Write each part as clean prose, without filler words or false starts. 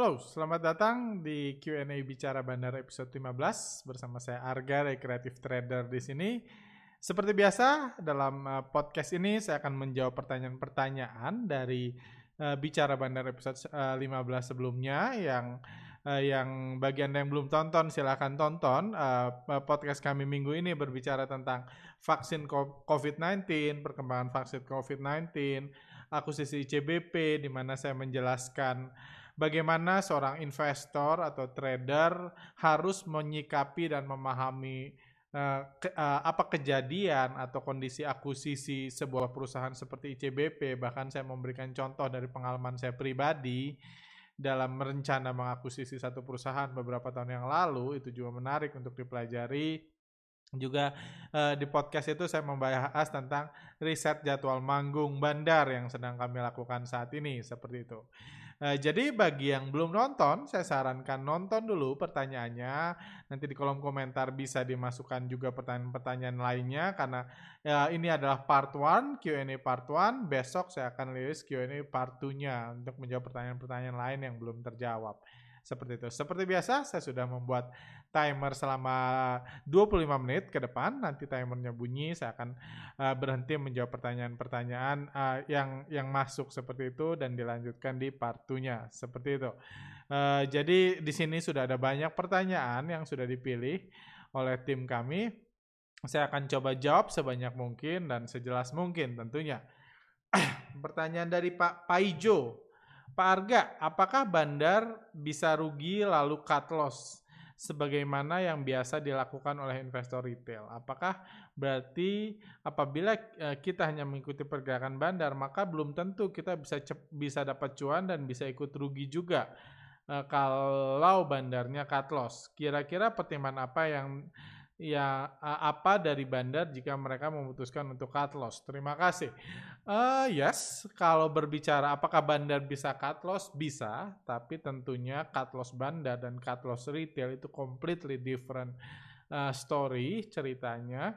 Halo, selamat datang di Q&A Bicara Bandar episode 15 bersama saya Arga dari Creative Trader di sini. Seperti biasa, dalam podcast ini saya akan menjawab pertanyaan-pertanyaan dari Bicara Bandar episode 15 sebelumnya yang bagi Anda yang belum tonton silahkan tonton. Podcast kami minggu ini berbicara tentang vaksin COVID-19, perkembangan vaksin COVID-19, akuisisi ICBP, di mana saya menjelaskan bagaimana seorang investor atau trader harus menyikapi dan memahami apa kejadian atau kondisi akuisisi sebuah perusahaan seperti ICBP. Bahkan saya memberikan contoh dari pengalaman saya pribadi dalam merencana mengakuisisi satu perusahaan beberapa tahun yang lalu. Itu juga menarik untuk dipelajari. Juga di podcast itu saya membahas tentang riset jadwal manggung bandar yang sedang kami lakukan saat ini, seperti itu. Jadi bagi yang belum nonton, saya sarankan nonton dulu pertanyaannya. Nanti di kolom komentar bisa dimasukkan juga pertanyaan-pertanyaan lainnya, karena ini adalah part 1, Q&A part 1. Besok saya akan rilis Q&A part 2-nya untuk menjawab pertanyaan-pertanyaan lain yang belum terjawab. Seperti itu. Seperti biasa, saya sudah membuat timer selama 25 menit ke depan. Nanti timernya bunyi, saya akan berhenti menjawab pertanyaan-pertanyaan yang masuk seperti itu dan dilanjutkan di part 2-nya. Seperti itu. Jadi di sini sudah ada banyak pertanyaan yang sudah dipilih oleh tim kami. Saya akan coba jawab sebanyak mungkin dan sejelas mungkin tentunya. Pertanyaan dari Pak Paijo. Pak Arga, apakah bandar bisa rugi lalu cut loss sebagaimana yang biasa dilakukan oleh investor retail? Apakah berarti apabila kita hanya mengikuti pergerakan bandar, maka belum tentu kita bisa dapat cuan dan bisa ikut rugi juga kalau bandarnya cut loss? Kira-kira pertimbangan apa dari bandar jika mereka memutuskan untuk cut loss? Terima kasih. Yes, kalau berbicara apakah bandar bisa cut loss? Bisa, tapi tentunya cut loss bandar dan cut loss retail itu completely different story ceritanya.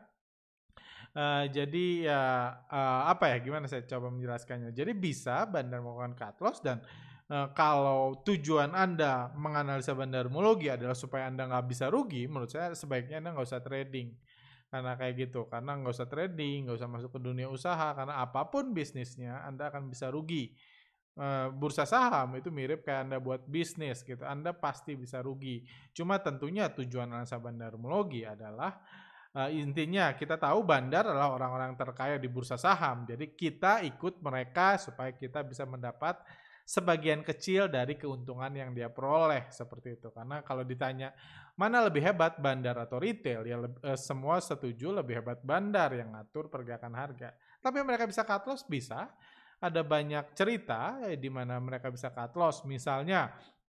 Jadi gimana saya coba menjelaskannya. Jadi bisa bandar melakukan cut loss, dan kalau tujuan Anda menganalisa bandarmologi adalah supaya Anda nggak bisa rugi, menurut saya sebaiknya Anda nggak usah trading. Karena kayak gitu, karena nggak usah trading, nggak usah masuk ke dunia usaha, karena apapun bisnisnya Anda akan bisa rugi. Bursa saham itu mirip kayak Anda buat bisnis gitu, Anda pasti bisa rugi. Cuma tentunya tujuan analisa bandarmologi adalah intinya kita tahu bandar adalah orang-orang terkaya di bursa saham, jadi kita ikut mereka supaya kita bisa mendapat sebagian kecil dari keuntungan yang dia peroleh, seperti itu. Karena kalau ditanya mana lebih hebat, bandar atau retail, ya semua setuju lebih hebat bandar yang ngatur pergerakan harga. Tapi mereka bisa cut loss, bisa. Ada banyak cerita di mana mereka bisa cut loss. Misalnya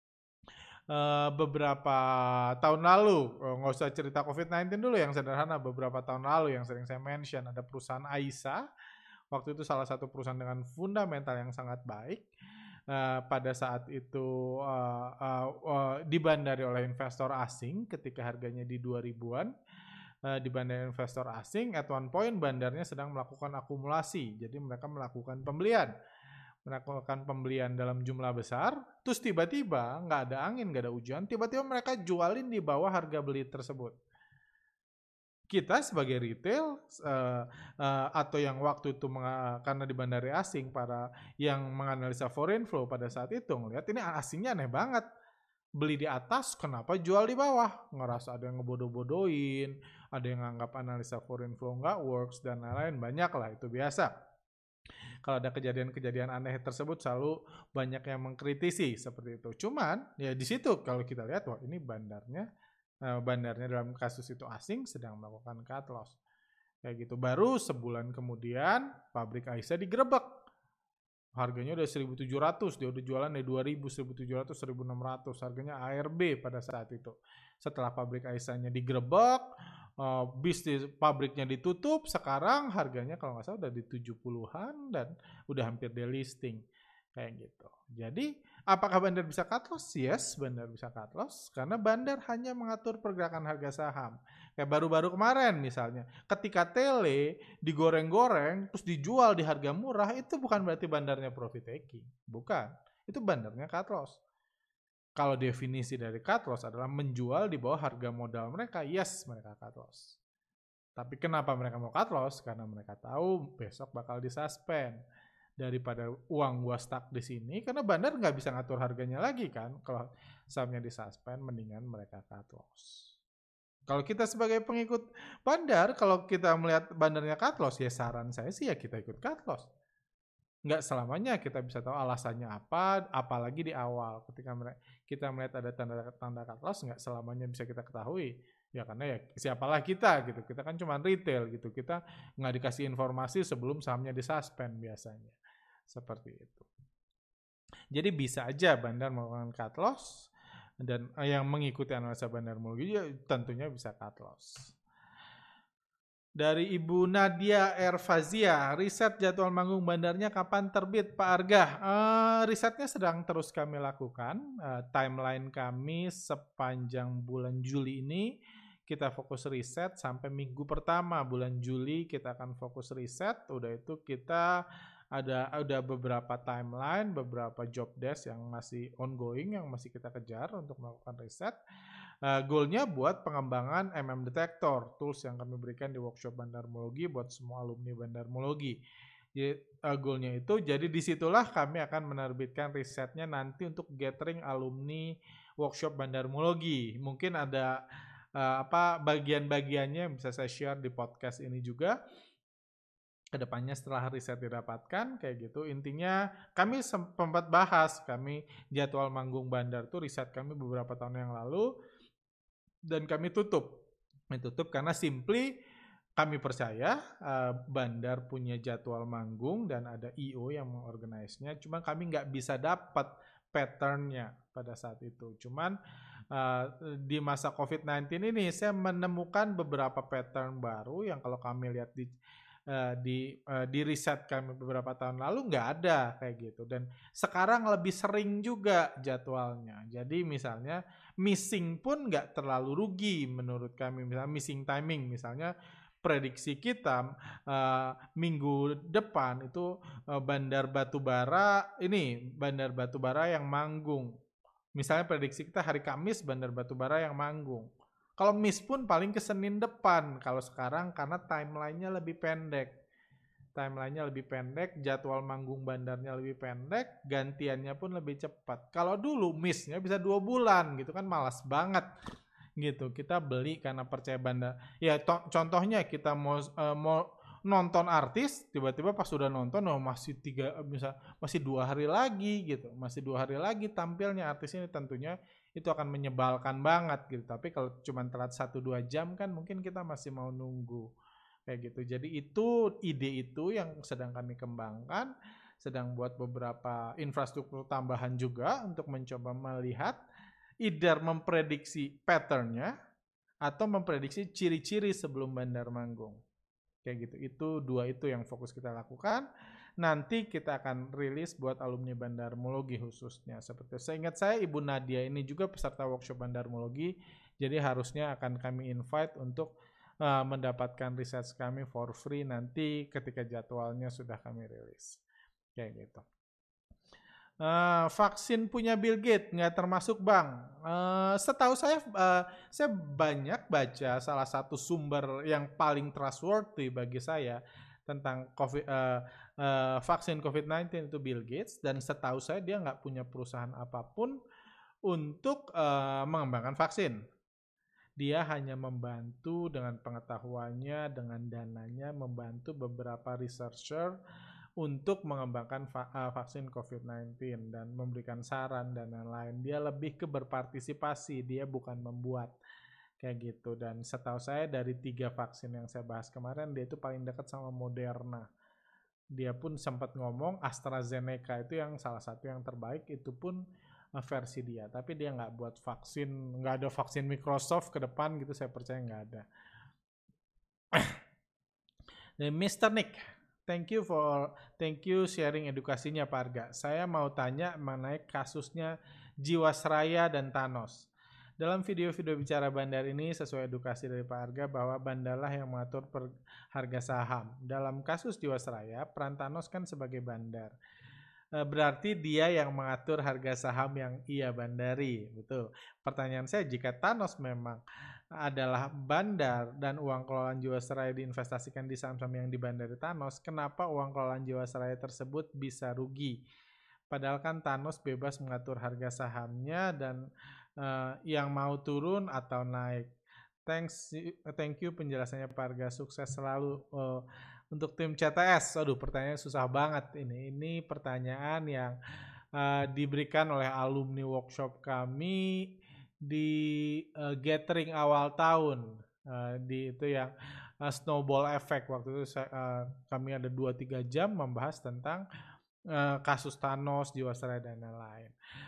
beberapa tahun lalu, nggak usah cerita COVID-19 dulu, yang sederhana, beberapa tahun lalu yang sering saya mention, ada perusahaan Aisyah. Waktu itu salah satu perusahaan dengan fundamental yang sangat baik. Pada saat itu dibandari oleh investor asing ketika harganya di 2000-an. Dibandari investor asing, at one point bandarnya sedang melakukan akumulasi. Jadi mereka melakukan pembelian dalam jumlah besar, terus tiba-tiba nggak ada angin, nggak ada hujan, tiba-tiba mereka jualin di bawah harga beli tersebut. Kita sebagai retail atau yang waktu itu karena di bandara asing, para yang menganalisa foreign flow pada saat itu ngelihat ini asingnya aneh banget, beli di atas kenapa jual di bawah, ngerasa ada yang ngebodoh-bodohin, ada yang nganggap analisa foreign flow nggak works dan lain-lain, banyak lah, itu biasa. Kalau ada kejadian-kejadian aneh tersebut selalu banyak yang mengkritisi seperti itu. Cuman ya di situ kalau kita lihat, wah ini bandarnya dalam kasus itu asing sedang melakukan cut loss. Kayak gitu. Baru sebulan kemudian pabrik Aisyah digerebek. Harganya udah 1.700, dia udah jualan dari 2.000, 1.700, 1.600. Harganya ARB pada saat itu. Setelah pabrik Aisyahnya digerebek, bisnis pabriknya ditutup, sekarang harganya kalau nggak salah udah di 70-an dan udah hampir delisting. Kayak gitu. Jadi apakah bandar bisa cut loss? Yes, bandar bisa cut loss karena bandar hanya mengatur pergerakan harga saham. Kayak baru-baru kemarin misalnya, ketika Tele digoreng-goreng terus dijual di harga murah, itu bukan berarti bandarnya profit taking. Bukan. Itu bandarnya cut loss. Kalau definisi dari cut loss adalah menjual di bawah harga modal mereka, yes mereka cut loss. Tapi kenapa mereka mau cut loss? Karena mereka tahu besok bakal disuspend. Daripada uang gua stuck di sini, karena bandar nggak bisa ngatur harganya lagi kan. Kalau sahamnya disuspend, mendingan mereka cut loss. Kalau kita sebagai pengikut bandar, kalau kita melihat bandarnya cut loss, ya saran saya sih ya kita ikut cut loss. Nggak selamanya kita bisa tahu alasannya apa, apalagi di awal. Ketika kita melihat ada tanda-tanda cut loss, nggak selamanya bisa kita ketahui. Ya karena ya siapalah kita gitu. Kita kan cuma retail gitu. Kita nggak dikasih informasi sebelum sahamnya disuspend biasanya. Seperti itu. Jadi bisa aja bandar melakukan cut loss, dan yang mengikuti analisa bandarmologi ya tentunya bisa cut loss. Dari Ibu Nadia Erfazia, riset jadwal manggung bandarnya kapan terbit Pak Arga? Risetnya sedang terus kami lakukan. Timeline kami sepanjang bulan Juli ini kita fokus riset sampai minggu pertama bulan Juli kita akan fokus riset. Udah itu kita ada beberapa timeline, beberapa job desk yang masih ongoing, yang masih kita kejar untuk melakukan riset. Goalnya buat pengembangan Detector, tools yang kami berikan di workshop bandarmologi buat semua alumni bandarmologi. Jadi, goalnya itu, jadi disitulah kami akan menerbitkan risetnya nanti untuk gathering alumni workshop bandarmologi. Mungkin ada bagian-bagiannya yang bisa saya share di podcast ini juga. Kedepannya setelah riset didapatkan kayak gitu, intinya kami sempat bahas, kami jadwal manggung bandar tuh riset kami beberapa tahun yang lalu. Dan kami tutup karena simply kami percaya bandar punya jadwal manggung dan ada IO yang mengorganisnya, cuma kami nggak bisa dapat patternnya pada saat itu. Cuman di masa COVID-19 ini saya menemukan beberapa pattern baru yang kalau kami lihat di riset kami beberapa tahun lalu nggak ada kayak gitu, dan sekarang lebih sering juga jadwalnya. Jadi misalnya missing pun nggak terlalu rugi menurut kami. Misalnya missing timing, misalnya prediksi kita minggu depan itu bandar batubara yang manggung. Misalnya prediksi kita hari Kamis bandar batubara yang manggung. Kalau miss pun paling ke Senin depan. Kalau sekarang karena timelinenya lebih pendek, jadwal manggung bandarnya lebih pendek, gantiannya pun lebih cepat. Kalau dulu missnya bisa 2 bulan gitu kan, malas banget gitu. Kita beli karena percaya bandar. Ya contohnya kita mau nonton artis, tiba-tiba pas sudah nonton masih 2 hari lagi gitu. Masih 2 hari lagi tampilnya artis ini, tentunya itu akan menyebalkan banget gitu. Tapi kalau cuma telat 1-2 jam kan mungkin kita masih mau nunggu kayak gitu. Jadi ide itu yang sedang kami kembangkan, sedang buat beberapa infrastruktur tambahan juga untuk mencoba melihat either memprediksi patternnya atau memprediksi ciri-ciri sebelum bandar manggung. Kayak gitu. Itu yang fokus kita lakukan. Nanti kita akan rilis buat alumni bandarmologi khususnya. Seperti seingat saya Ibu Nadia ini juga peserta workshop bandarmologi, jadi harusnya akan kami invite untuk mendapatkan riset kami for free nanti ketika jadwalnya sudah kami rilis. Kayak gitu. Vaksin punya Bill Gates nggak termasuk Bang. Setahu saya banyak baca salah satu sumber yang paling trustworthy bagi saya tentang vaksin COVID-19 itu Bill Gates, dan setahu saya dia nggak punya perusahaan apapun untuk mengembangkan vaksin. Dia hanya membantu dengan pengetahuannya, dengan dananya, membantu beberapa researcher untuk mengembangkan vaksin COVID-19 dan memberikan saran dan lain-lain. Dia lebih ke berpartisipasi, dia bukan membuat kayak gitu. Dan setahu saya dari 3 vaksin yang saya bahas kemarin, dia itu paling dekat sama Moderna. Dia pun sempat ngomong AstraZeneca itu yang salah satu yang terbaik, itu pun versi dia. Tapi dia nggak buat vaksin, nggak ada vaksin Microsoft ke depan gitu, saya percaya nggak ada. Dan Mr. Nick, thank you sharing edukasinya Pak Arga. Saya mau tanya mengenai kasusnya Jiwasraya dan Thanos. Dalam video-video bicara bandar ini sesuai edukasi dari Pak Arga bahwa bandarlah yang mengatur harga saham. Dalam kasus Jiwasraya, peran Thanos kan sebagai bandar. berarti dia yang mengatur harga saham yang ia bandari. Betul. Pertanyaan saya, jika Thanos memang adalah bandar dan uang kelolaan Jiwasraya diinvestasikan di saham-saham yang dibandari Thanos, kenapa uang kelolaan Jiwasraya tersebut bisa rugi? Padahal kan Thanos bebas mengatur harga sahamnya dan yang mau turun atau naik. Thank you penjelasannya Pak Arga, sukses selalu. Untuk tim CTS, aduh pertanyaan susah banget ini. Ini pertanyaan yang diberikan oleh alumni workshop kami di gathering awal tahun. Di itu yang snowball effect. Waktu itu kami ada 2-3 jam membahas tentang kasus Thanos, Jiwasraya dan lain-lain.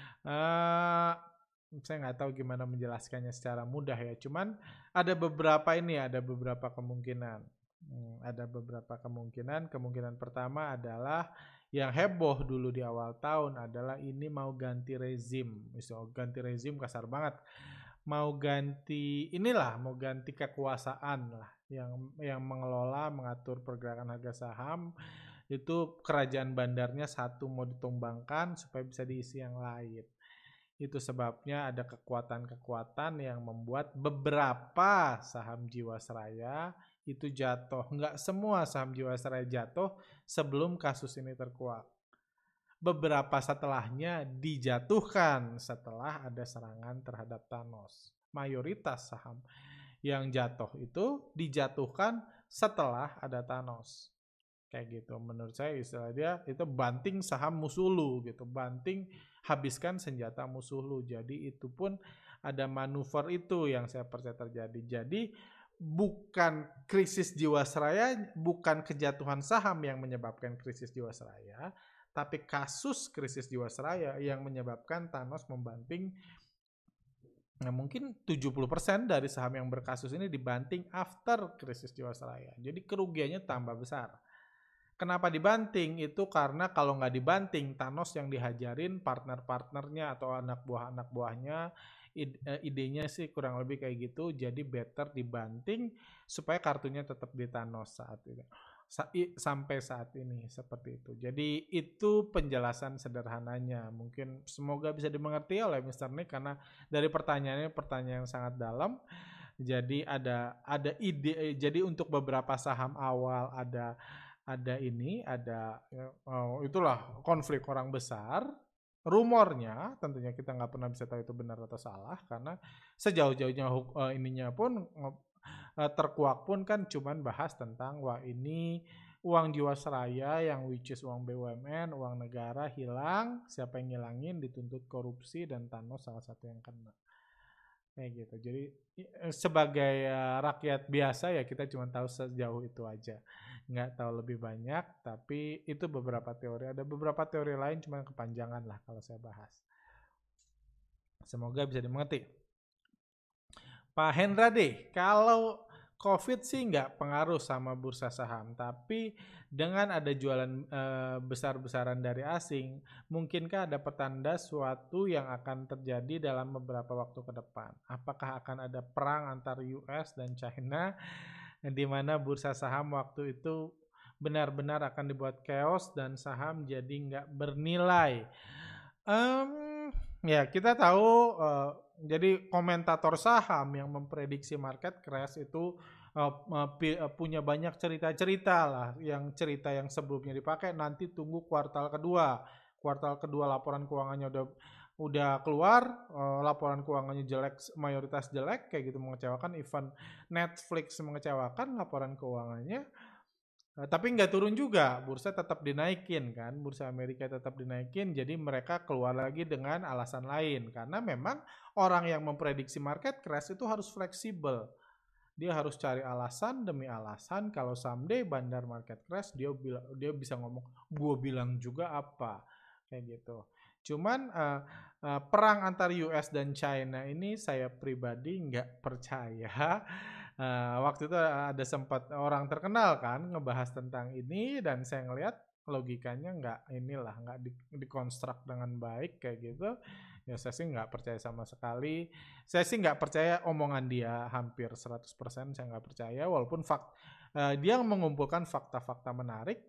Saya nggak tahu gimana menjelaskannya secara mudah ya. Cuman ada beberapa kemungkinan. Ada beberapa kemungkinan. Kemungkinan pertama adalah yang heboh dulu di awal tahun adalah ini mau ganti rezim. Ganti rezim kasar banget. Mau ganti kekuasaan lah yang mengelola, mengatur pergerakan harga saham. Itu kerajaan bandarnya satu mau ditumbangkan supaya bisa diisi yang lain. Itu sebabnya ada kekuatan-kekuatan yang membuat beberapa saham Jiwasraya itu jatuh. Enggak semua saham Jiwasraya jatuh sebelum kasus ini terkuak. Beberapa setelahnya dijatuhkan setelah ada serangan terhadap Thanos. Mayoritas saham yang jatuh itu dijatuhkan setelah ada Thanos. Kayak gitu, menurut saya istilah dia itu banting saham musuh lu gitu, banting habiskan senjata musuh lu. Jadi itu pun ada manuver itu yang saya percaya terjadi. Jadi bukan krisis Jiwasraya, bukan kejatuhan saham yang menyebabkan krisis Jiwasraya, tapi kasus krisis Jiwasraya yang menyebabkan Thanos membanting. Nah, mungkin 70% dari saham yang berkasus ini dibanting after krisis Jiwasraya. Jadi kerugiannya tambah besar. Kenapa dibanting? Itu karena kalau nggak dibanting, Thanos yang dihajarin partner-partnernya atau anak buahnya, idenya sih kurang lebih kayak gitu. Jadi better dibanting supaya kartunya tetap di Thanos saat ini. Sampai saat ini seperti itu. Jadi itu penjelasan sederhananya. Mungkin semoga bisa dimengerti oleh Mr. Nick karena dari pertanyaannya pertanyaan yang sangat dalam. Jadi ada ide. Jadi untuk beberapa saham awal itulah konflik orang besar. Rumornya tentunya kita nggak pernah bisa tahu itu benar atau salah karena sejauh-jauhnya ininya pun terkuak pun kan cuman bahas tentang wah ini uang Jiwasraya yang which is uang BUMN, uang negara hilang, siapa yang ngilangin, dituntut korupsi dan Thanos salah satu yang kena. Kayak gitu. Jadi sebagai rakyat biasa ya kita cuma tahu sejauh itu aja. Nggak tahu lebih banyak, tapi itu beberapa teori. Ada beberapa teori lain cuma kepanjangan lah kalau saya bahas. Semoga bisa dimengerti. Pak Hendra deh, kalau COVID sih nggak pengaruh sama bursa saham, tapi dengan ada jualan besar-besaran dari asing, mungkinkah ada petanda suatu yang akan terjadi dalam beberapa waktu ke depan? Apakah akan ada perang antar US dan China, di mana bursa saham waktu itu benar-benar akan dibuat chaos dan saham jadi nggak bernilai? Ya kita tahu. Jadi komentator saham yang memprediksi market crash itu punya banyak cerita-cerita lah, yang cerita yang sebelumnya dipakai nanti tunggu kuartal kedua laporan keuangannya udah keluar, laporan keuangannya jelek, mayoritas jelek kayak gitu, mengecewakan. Even Netflix mengecewakan laporan keuangannya. Tapi nggak turun juga, bursa tetap dinaikin kan, bursa Amerika tetap dinaikin, jadi mereka keluar lagi dengan alasan lain, karena memang orang yang memprediksi market crash itu harus fleksibel, dia harus cari alasan demi alasan. Kalau someday bandar market crash, dia bisa ngomong, gue bilang juga apa, kayak gitu. Cuman perang antar US dan China ini saya pribadi nggak percaya. Waktu itu ada sempat orang terkenal kan ngebahas tentang ini dan saya ngelihat logikanya nggak dikonstruk dengan baik kayak gitu. Ya saya sih nggak percaya sama sekali. Saya sih nggak percaya omongan dia hampir 100%, saya nggak percaya walaupun dia mengumpulkan fakta-fakta menarik.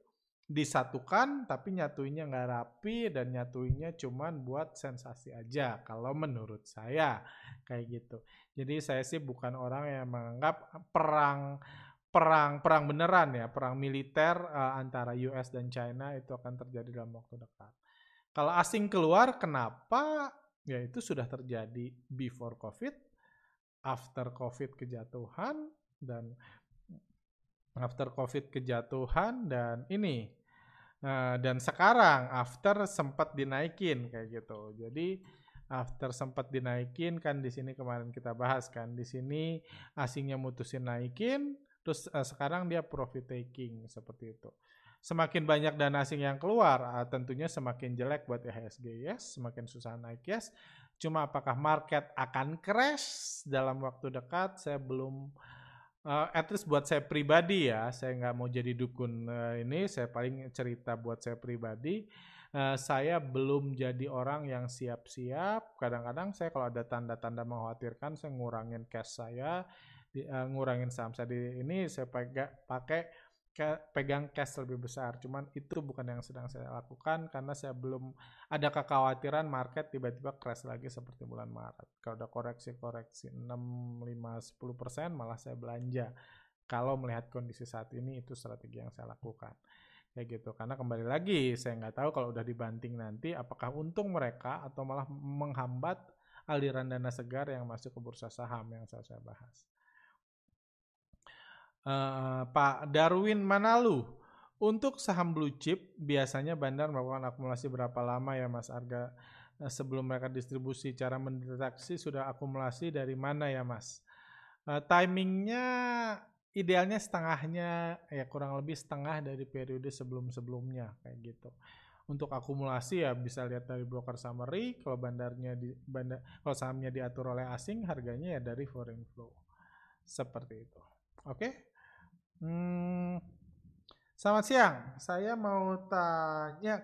disatukan tapi nyatuinnya nggak rapi dan nyatuinnya cuman buat sensasi aja kalau menurut saya kayak gitu. Jadi saya sih bukan orang yang menganggap perang perang beneran ya, perang militer antara US dan China itu akan terjadi dalam waktu dekat. Kalau asing keluar, kenapa? Ya itu sudah terjadi before COVID, after COVID kejatuhan, dan after COVID kejatuhan, dan ini. Dan sekarang after sempat dinaikin kayak gitu. Jadi after sempat dinaikin kan di sini kemarin kita bahas kan, di sini asingnya mutusin naikin, terus sekarang dia profit taking seperti itu. Semakin banyak dana asing yang keluar, tentunya semakin jelek buat IHSG, yes, semakin susah naik, yes. Cuma apakah market akan crash dalam waktu dekat? Saya belum, at least buat saya pribadi ya, saya nggak mau jadi dukun ini, saya paling cerita buat saya pribadi. Saya belum jadi orang yang siap-siap. Kadang-kadang saya kalau ada tanda-tanda mengkhawatirkan, saya ngurangin cash saya, ngurangin saham saya di ini, saya pegang cash lebih besar. Cuman itu bukan yang sedang saya lakukan karena saya belum ada kekhawatiran market tiba-tiba crash lagi seperti bulan Maret. Kalau udah koreksi 6, 5, 10% malah saya belanja. Kalau melihat kondisi saat ini itu strategi yang saya lakukan. Kayak gitu. Karena kembali lagi saya nggak tahu kalau udah dibanting nanti apakah untung mereka atau malah menghambat aliran dana segar yang masuk ke bursa saham yang saya bahas. Pak Darwin Manalu, untuk saham blue chip biasanya bandar melakukan akumulasi berapa lama ya Mas Arga sebelum mereka distribusi? Cara mendeteksi sudah akumulasi dari mana ya Mas? Timingnya idealnya setengahnya, ya kurang lebih setengah dari periode sebelum-sebelumnya kayak gitu. Untuk akumulasi ya bisa lihat dari broker summary. Kalau kalau sahamnya diatur oleh asing, harganya ya dari foreign flow. Seperti itu. Oke. Selamat siang. Saya mau tanya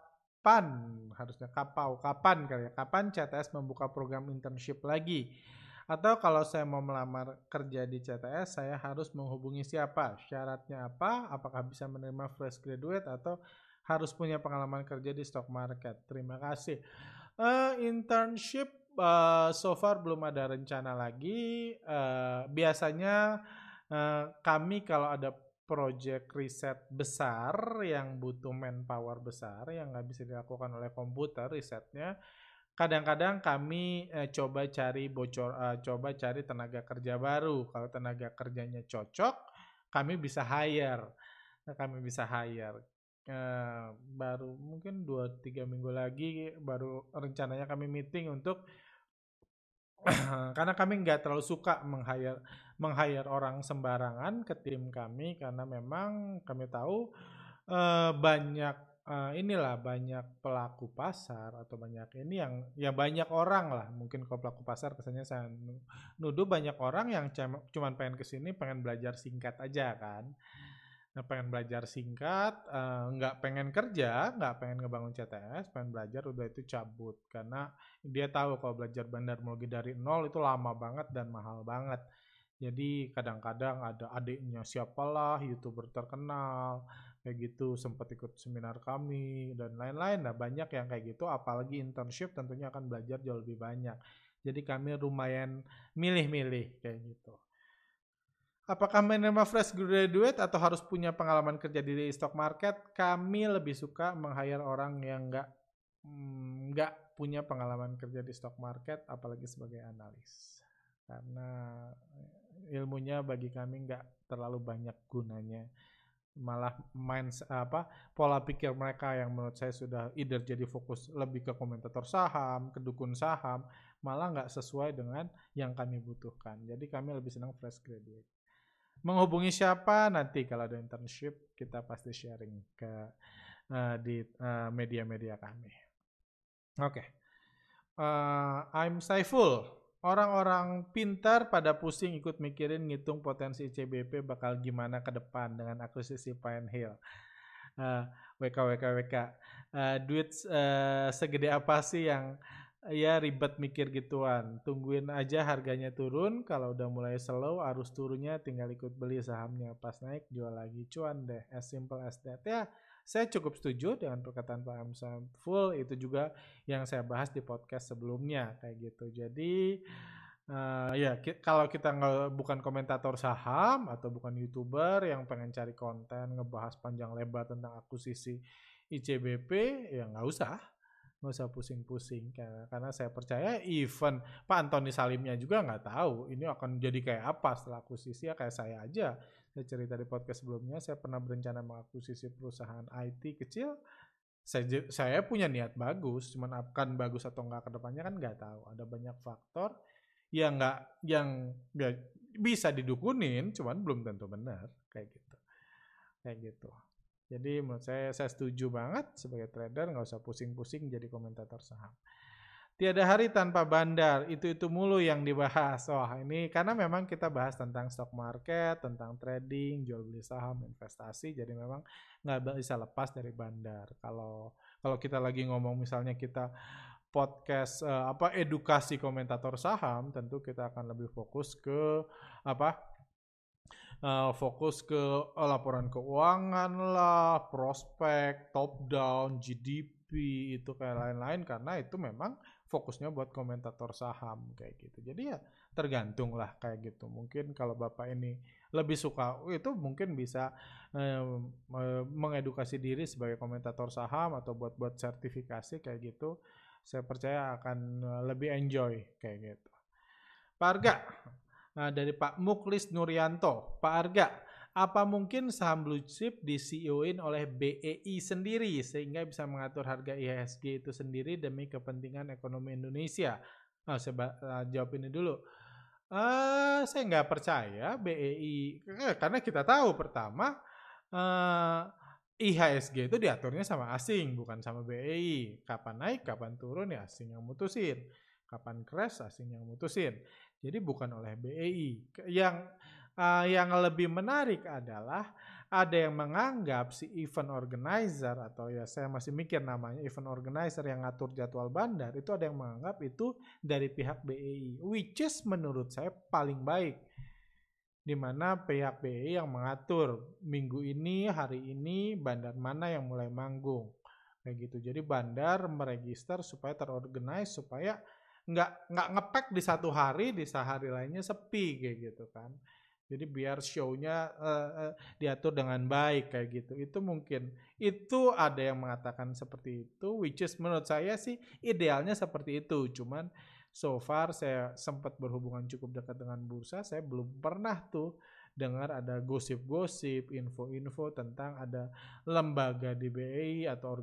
kapan kali ya? Kapan CTS membuka program internship lagi? Atau kalau saya mau melamar kerja di CTS, saya harus menghubungi siapa? Syaratnya apa? Apakah bisa menerima fresh graduate atau harus punya pengalaman kerja di stock market? Terima kasih. Internship so far belum ada rencana lagi. Biasanya kami kalau ada project riset besar yang butuh manpower besar yang nggak bisa dilakukan oleh komputer risetnya, kadang-kadang kami coba cari tenaga kerja baru. Kalau tenaga kerjanya cocok, kami bisa hire. Baru mungkin 2-3 minggu lagi baru rencananya kami meeting untuk karena kami nggak terlalu suka meng-hire orang sembarangan ke tim kami karena memang kami tahu banyak banyak pelaku pasar atau banyak ini yang banyak orang lah, mungkin kalau pelaku pasar kesannya saya nuduh banyak orang yang cuman pengen kesini pengen belajar singkat aja kan. Nah, pengen belajar singkat, nggak pengen kerja, nggak pengen ngebangun CTS, pengen belajar udah itu cabut. Karena dia tahu kalau belajar bandarmologi dari nol itu lama banget dan mahal banget. Jadi kadang-kadang ada adiknya siapalah YouTuber terkenal, kayak gitu sempat ikut seminar kami dan lain-lain. Nah banyak yang kayak gitu, apalagi internship tentunya akan belajar jauh lebih banyak. Jadi kami lumayan milih-milih kayak gitu. Apakah menerima fresh graduate atau harus punya pengalaman kerja di stock market? Kami lebih suka meng-hire orang yang nggak punya pengalaman kerja di stock market, apalagi sebagai analis. Karena ilmunya bagi kami nggak terlalu banyak gunanya. Malah pola pikir mereka yang menurut saya sudah either jadi fokus lebih ke komentator saham, ke dukun saham, malah nggak sesuai dengan yang kami butuhkan. Jadi kami lebih senang fresh graduate. Menghubungi siapa nanti kalau ada internship kita pasti sharing di media-media kami. Oke. I'm Saiful. Orang-orang pintar pada pusing ikut mikirin ngitung potensi CBP bakal gimana ke depan dengan akuisisi Pine Hill. WK. Duit segede apa sih yang ya ribet mikir gituan. Tungguin aja harganya turun. Kalau udah mulai slow arus turunnya tinggal ikut beli sahamnya. Pas naik jual lagi, cuan deh. As simple as that ya. Saya cukup setuju dengan perkataan Pak Hamzah Full, itu juga yang saya bahas di podcast sebelumnya kayak gitu. Jadi ya kalau kita bukan komentator saham atau bukan YouTuber yang pengen cari konten ngebahas panjang lebar tentang akuisisi ICBP, ya nggak usah pusing-pusing, karena saya percaya even Pak Antoni Salimnya juga nggak tahu ini akan jadi kayak apa setelah akuisisi. Ya kayak saya aja, saya cerita di podcast sebelumnya, saya pernah berencana mengakuisisi perusahaan IT kecil. Saya punya niat bagus, cuman akan bagus atau nggak ke depannya kan nggak tahu. Ada banyak faktor yang ya, bisa didukunin, cuman belum tentu benar kayak gitu. Jadi menurut saya setuju banget sebagai trader nggak usah pusing-pusing jadi komentator saham. Tiada hari tanpa bandar, itu mulu yang dibahas. Wah ini karena memang kita bahas tentang stock market, tentang trading, jual beli saham, investasi. Jadi memang nggak bisa lepas dari bandar. Kalau kita lagi ngomong misalnya kita podcast edukasi komentator saham, tentu kita akan lebih fokus ke laporan keuangan lah, prospek, top down, GDP, itu kayak lain-lain, karena itu memang fokusnya buat komentator saham kayak gitu. Jadi ya tergantung lah kayak gitu. Mungkin kalau Bapak ini lebih suka itu mungkin bisa mengedukasi diri sebagai komentator saham atau buat sertifikasi kayak gitu. Saya percaya akan lebih enjoy kayak gitu. Pak Arga, dari Pak Muklis Nuryanto. Pak Arga, apa mungkin saham blue chip di CEO-in oleh BEI sendiri sehingga bisa mengatur harga IHSG itu sendiri demi kepentingan ekonomi Indonesia? Saya jawab ini dulu. Saya nggak percaya BEI, karena kita tahu pertama IHSG itu diaturnya sama asing, bukan sama BEI. Kapan naik, kapan turun ya asing yang mutusin. Kapan crash, asing yang mutusin. Jadi bukan oleh BEI. Yang lebih menarik adalah ada yang menganggap si event organizer, atau ya saya masih mikir namanya event organizer yang ngatur jadwal bandar, itu ada yang menganggap itu dari pihak BEI, which is menurut saya paling baik, di mana pihak BEI yang mengatur minggu ini, hari ini bandar mana yang mulai manggung kayak gitu. Jadi bandar meregister supaya terorganize, supaya nggak ngepack di satu hari, di sehari lainnya sepi kayak gitu kan. Jadi biar show-nya diatur dengan baik kayak gitu. Itu mungkin, itu ada yang mengatakan seperti itu, which is menurut saya sih idealnya seperti itu. Cuman so far saya sempat berhubungan cukup dekat dengan bursa, saya belum pernah tuh dengar ada gosip-gosip, info-info tentang ada lembaga di BEI atau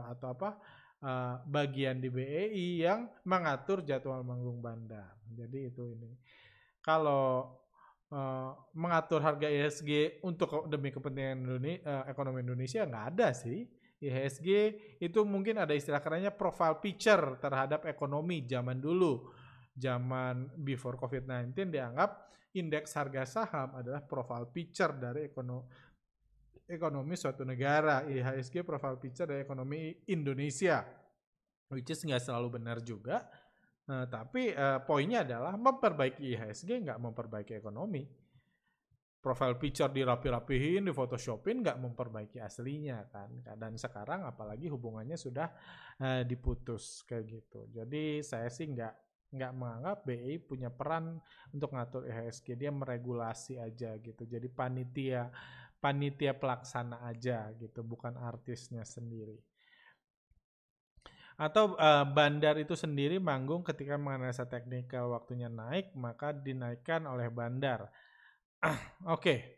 bagian di BEI yang mengatur jadwal manggung bandar. Jadi itu ini. Kalau mengatur harga IHSG untuk demi kepentingan ekonomi Indonesia nggak ada sih. IHSG itu mungkin ada istilah kerennya profile picture terhadap ekonomi zaman dulu. Zaman before COVID-19 dianggap indeks harga saham adalah profile picture dari ekonomi suatu negara. IHSG profile picture dari ekonomi Indonesia, which is nggak selalu benar juga. Tapi poinnya adalah memperbaiki IHSG nggak memperbaiki ekonomi. Profile picture dirapi-rapihin, di photoshopin nggak memperbaiki aslinya kan. Dan sekarang apalagi hubungannya sudah diputus kayak gitu. Jadi saya sih nggak menganggap BEI punya peran untuk ngatur IHSG. Dia meregulasi aja gitu. Jadi panitia pelaksana aja gitu, bukan artisnya sendiri. Atau bandar itu sendiri manggung ketika menganalisa teknikal waktunya naik, maka dinaikkan oleh bandar. Oke.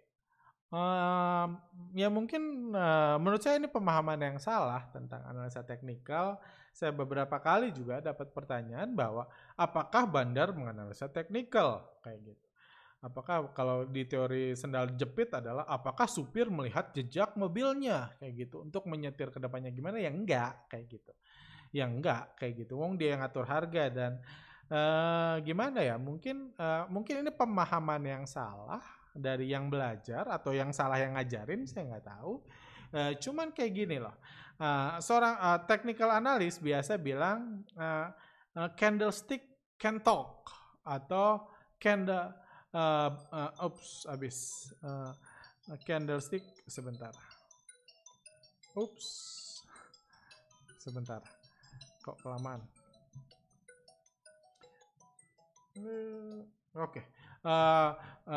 Ya mungkin menurut saya ini pemahaman yang salah tentang analisa teknikal. Saya beberapa kali juga dapat pertanyaan bahwa apakah bandar menganalisa teknikal kayak gitu. Apakah kalau di teori sendal jepit adalah apakah supir melihat jejak mobilnya kayak gitu untuk menyetir ke depannya gimana, ya enggak kayak gitu. Ya enggak kayak gitu. Wong dia yang ngatur harga. Dan gimana ya? Mungkin ini pemahaman yang salah dari yang belajar atau yang salah yang ngajarin, saya nggak tahu. Cuman kayak gini loh. Seorang technical analyst biasa bilang candlestick can talk, atau candlestick sebentar. Ups, sebentar, kok kelamaan. Oke. Eh,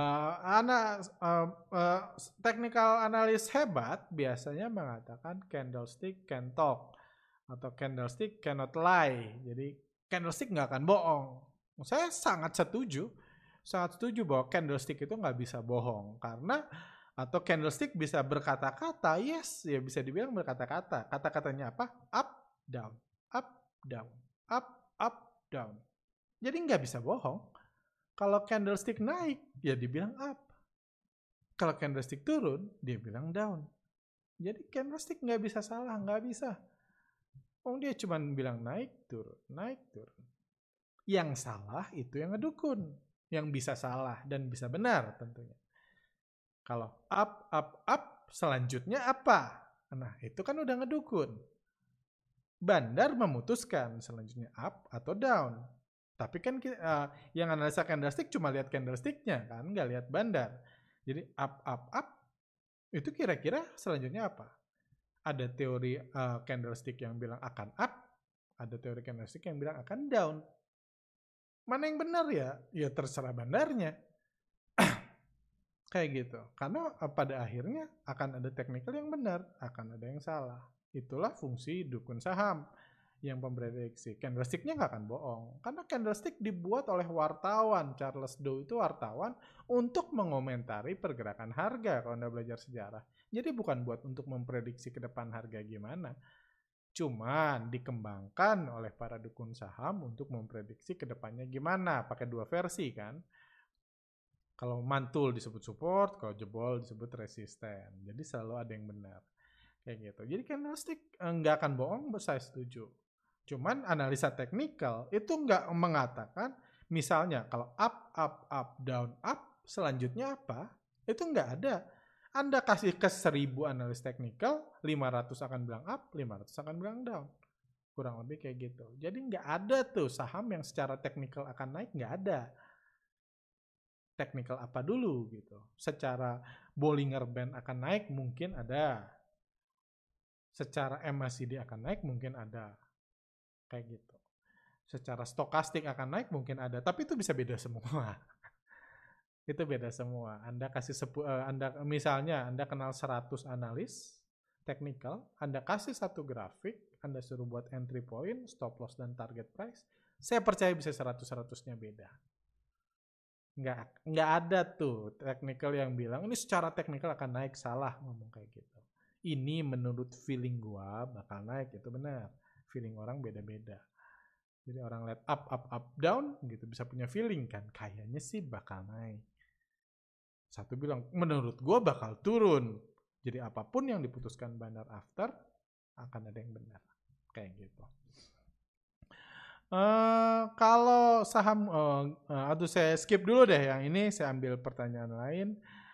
technical analis hebat biasanya mengatakan candlestick can talk atau candlestick cannot lie. Jadi candlestick nggak akan bohong. Saya sangat setuju bahwa candlestick itu nggak bisa bohong karena atau candlestick bisa berkata-kata, yes, ya bisa dibilang berkata-kata. Kata-katanya apa? Up, down, up, down, up, down. Jadi nggak bisa bohong. Kalau candlestick naik, ya dibilang up. Kalau candlestick turun, dia bilang down. Jadi candlestick nggak bisa salah, nggak bisa. Oh, dia cuma bilang naik, turun, naik, turun. Yang salah itu yang ngedukun. Yang bisa salah dan bisa benar tentunya. Kalau up, selanjutnya apa? Nah, itu kan udah ngedukun. Bandar memutuskan selanjutnya up atau down. Tapi kan yang analisa candlestick cuma lihat candlesticknya kan, nggak lihat bandar. Jadi up, itu kira-kira selanjutnya apa? Ada teori candlestick yang bilang akan up, ada teori candlestick yang bilang akan down. Mana yang benar ya? Ya terserah bandarnya. Kayak gitu. Karena pada akhirnya akan ada technical yang benar, akan ada yang salah. Itulah fungsi dukun saham yang memprediksi. Candlestick-nya nggak akan bohong. Karena candlestick dibuat oleh wartawan. Charles Dow itu wartawan untuk mengomentari pergerakan harga kalau Anda belajar sejarah. Jadi bukan buat untuk memprediksi ke depan harga gimana. Cuman dikembangkan oleh para dukun saham untuk memprediksi ke depannya gimana. Pakai dua versi kan. Kalau mantul disebut support, kalau jebol disebut resisten. Jadi selalu ada yang benar. Kayak gitu. Jadi candlestick nggak akan bohong, saya setuju. Cuman analisa teknikal itu nggak mengatakan, misalnya kalau up, down, up, selanjutnya apa? Itu nggak ada. Anda kasih ke 1000 analis teknikal, 500 akan bilang up, 500 akan bilang down. Kurang lebih kayak gitu. Jadi nggak ada tuh saham yang secara teknikal akan naik, nggak ada. Teknikal apa dulu gitu. Secara Bollinger Band akan naik mungkin ada. Secara MACD akan naik mungkin ada. Kayak gitu. Secara stokastik akan naik mungkin ada, tapi itu bisa beda semua. Itu beda semua. Anda kasih Anda misalnya Anda kenal 100 analis teknikal, Anda kasih satu grafik, Anda suruh buat entry point, stop loss dan target price, saya percaya bisa 100-100-nya beda. Nggak ada tuh technical yang bilang ini secara teknikal akan naik, salah ngomong kayak gitu. Ini menurut feeling gua bakal naik, itu benar. Feeling orang beda-beda. Jadi orang lihat up, down gitu bisa punya feeling kan, kayaknya sih bakal naik. Satu bilang menurut gua bakal turun. Jadi apapun yang diputuskan bandar after akan ada yang benar. Kayak gitu. Kalau saham, aduh saya skip dulu deh yang ini, saya ambil pertanyaan lain.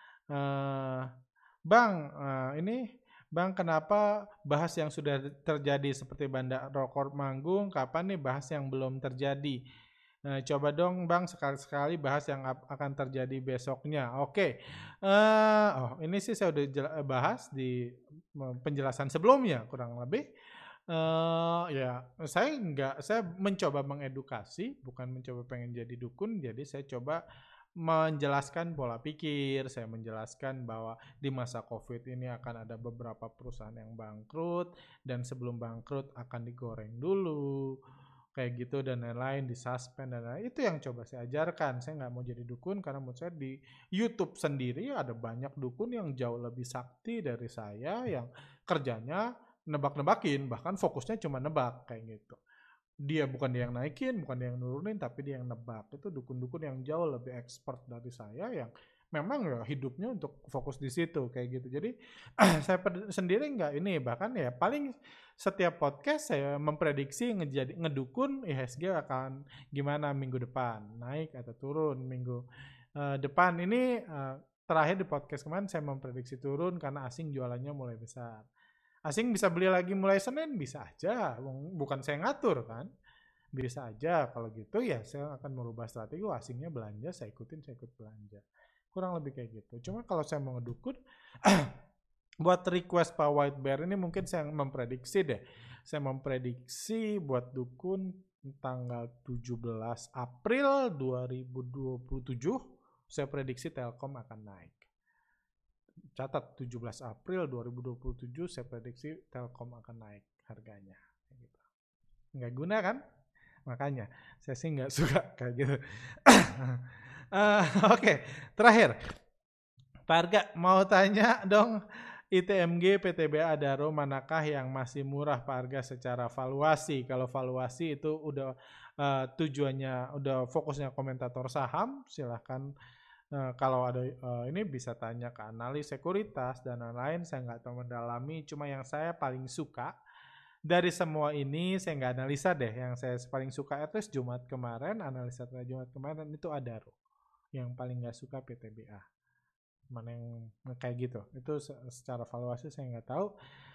Bang, ini Bang kenapa bahas yang sudah terjadi seperti Bandar Rokor Manggung, kapan nih bahas yang belum terjadi? Coba dong Bang sekali-sekali bahas yang akan terjadi besoknya. Oke, ini sih saya udah bahas di penjelasan sebelumnya kurang lebih. Ya, saya mencoba mengedukasi, bukan mencoba pengen jadi dukun. Jadi saya coba menjelaskan pola pikir, saya menjelaskan bahwa di masa COVID ini akan ada beberapa perusahaan yang bangkrut dan sebelum bangkrut akan digoreng dulu, kayak gitu dan lain-lain, disuspend dan lain-lain. Itu yang coba saya ajarkan. Saya nggak mau jadi dukun karena menurut saya di YouTube sendiri ada banyak dukun yang jauh lebih sakti dari saya yang kerjanya nebak-nebakin, bahkan fokusnya cuma nebak kayak gitu. Dia bukan dia yang naikin, bukan dia yang nurunin, tapi dia yang nebak. Itu dukun-dukun yang jauh lebih expert dari saya yang memang ya hidupnya untuk fokus di situ kayak gitu. Jadi saya sendiri nggak ini, bahkan ya paling setiap podcast saya memprediksi ngedukun IHSG akan gimana minggu depan, naik atau turun minggu depan. Ini terakhir di podcast kemarin saya memprediksi turun karena asing jualannya mulai besar. Asing bisa beli lagi mulai Senin, bisa aja. Bukan saya ngatur kan. Bisa aja. Kalau gitu ya saya akan merubah strategi. Asingnya belanja, saya ikut belanja. Kurang lebih kayak gitu. Cuma kalau saya mau ngedukun, Buat request Pak White Bear ini mungkin saya memprediksi deh. Saya memprediksi buat dukun tanggal 17 April 2027, saya prediksi Telkom akan naik. Catat 17 April 2027 saya prediksi Telkom akan naik harganya. Nggak guna kan? Makanya saya sih nggak suka kayak gitu. Oke, terakhir. Pak Arga mau tanya dong, ITMG, PTBA, Adaro manakah yang masih murah Pak Arga secara valuasi? Kalau valuasi itu udah tujuannya, udah fokusnya komentator saham, silahkan kalau ada ini bisa tanya ke analis sekuritas dan lain-lain. Saya nggak tahu mendalami, cuma yang saya paling suka dari semua ini, saya nggak analisa deh. Yang saya paling suka at least Jumat kemarin, analisa Jumat kemarin itu Adaro. Yang paling nggak suka PTBA. Mana yang kayak gitu, itu secara valuasi saya nggak tahu.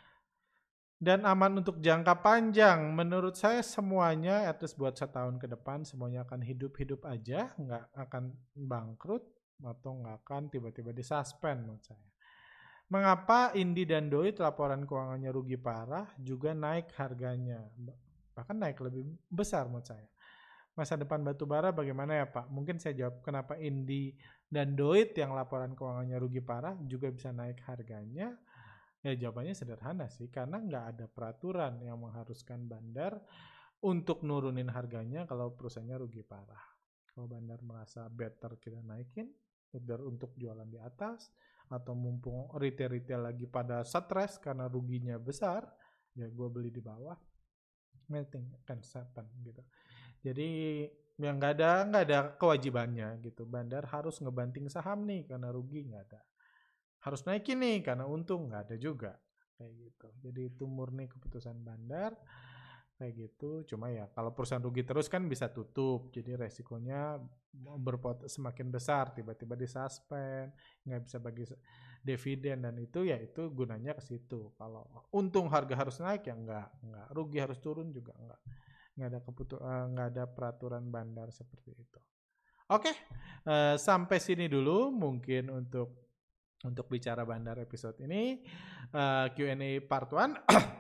Dan aman untuk jangka panjang, menurut saya semuanya at least buat setahun ke depan semuanya akan hidup-hidup aja, nggak akan bangkrut atau nggak akan tiba-tiba disuspend menurut saya. Mengapa Indi dan Doit laporan keuangannya rugi parah juga naik harganya, bahkan naik lebih besar menurut saya. Masa depan batubara bagaimana ya Pak? Mungkin saya jawab kenapa Indi dan Doit yang laporan keuangannya rugi parah juga bisa naik harganya. Ya jawabannya sederhana sih, karena nggak ada peraturan yang mengharuskan bandar untuk nurunin harganya kalau perusahaannya rugi parah. Kalau bandar merasa better kita naikin, better untuk jualan di atas, atau mumpung retail-retail lagi pada stres karena ruginya besar, ya gue beli di bawah. Melting can happen gitu. Jadi yang nggak ada kewajibannya gitu. Bandar harus ngebanting saham nih karena rugi, nggak ada. Harus naikin nih karena untung, nggak ada juga kayak gitu. Jadi itu murni keputusan bandar kayak gitu. Cuma ya kalau perusahaan rugi terus kan bisa tutup. Jadi resikonya semakin besar. Tiba-tiba disuspend, nggak bisa bagi dividen, dan itu ya itu gunanya ke situ. Kalau untung harga harus naik ya nggak. Rugi harus turun juga nggak ada nggak ada peraturan bandar seperti itu. Oke, sampai sini dulu mungkin untuk bicara bandar episode ini, Q&A part 1.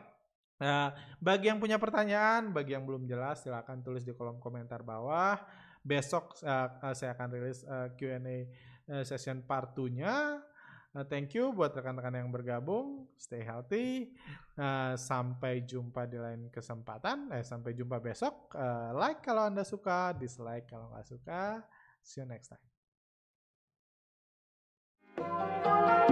Bagi yang punya pertanyaan, bagi yang belum jelas, silakan tulis di kolom komentar bawah. Besok saya akan rilis Q&A session part 2-nya. Thank you buat rekan-rekan yang bergabung. Stay healthy. Sampai jumpa di lain kesempatan. Sampai jumpa besok. Like kalau Anda suka, dislike kalau nggak suka. See you next time.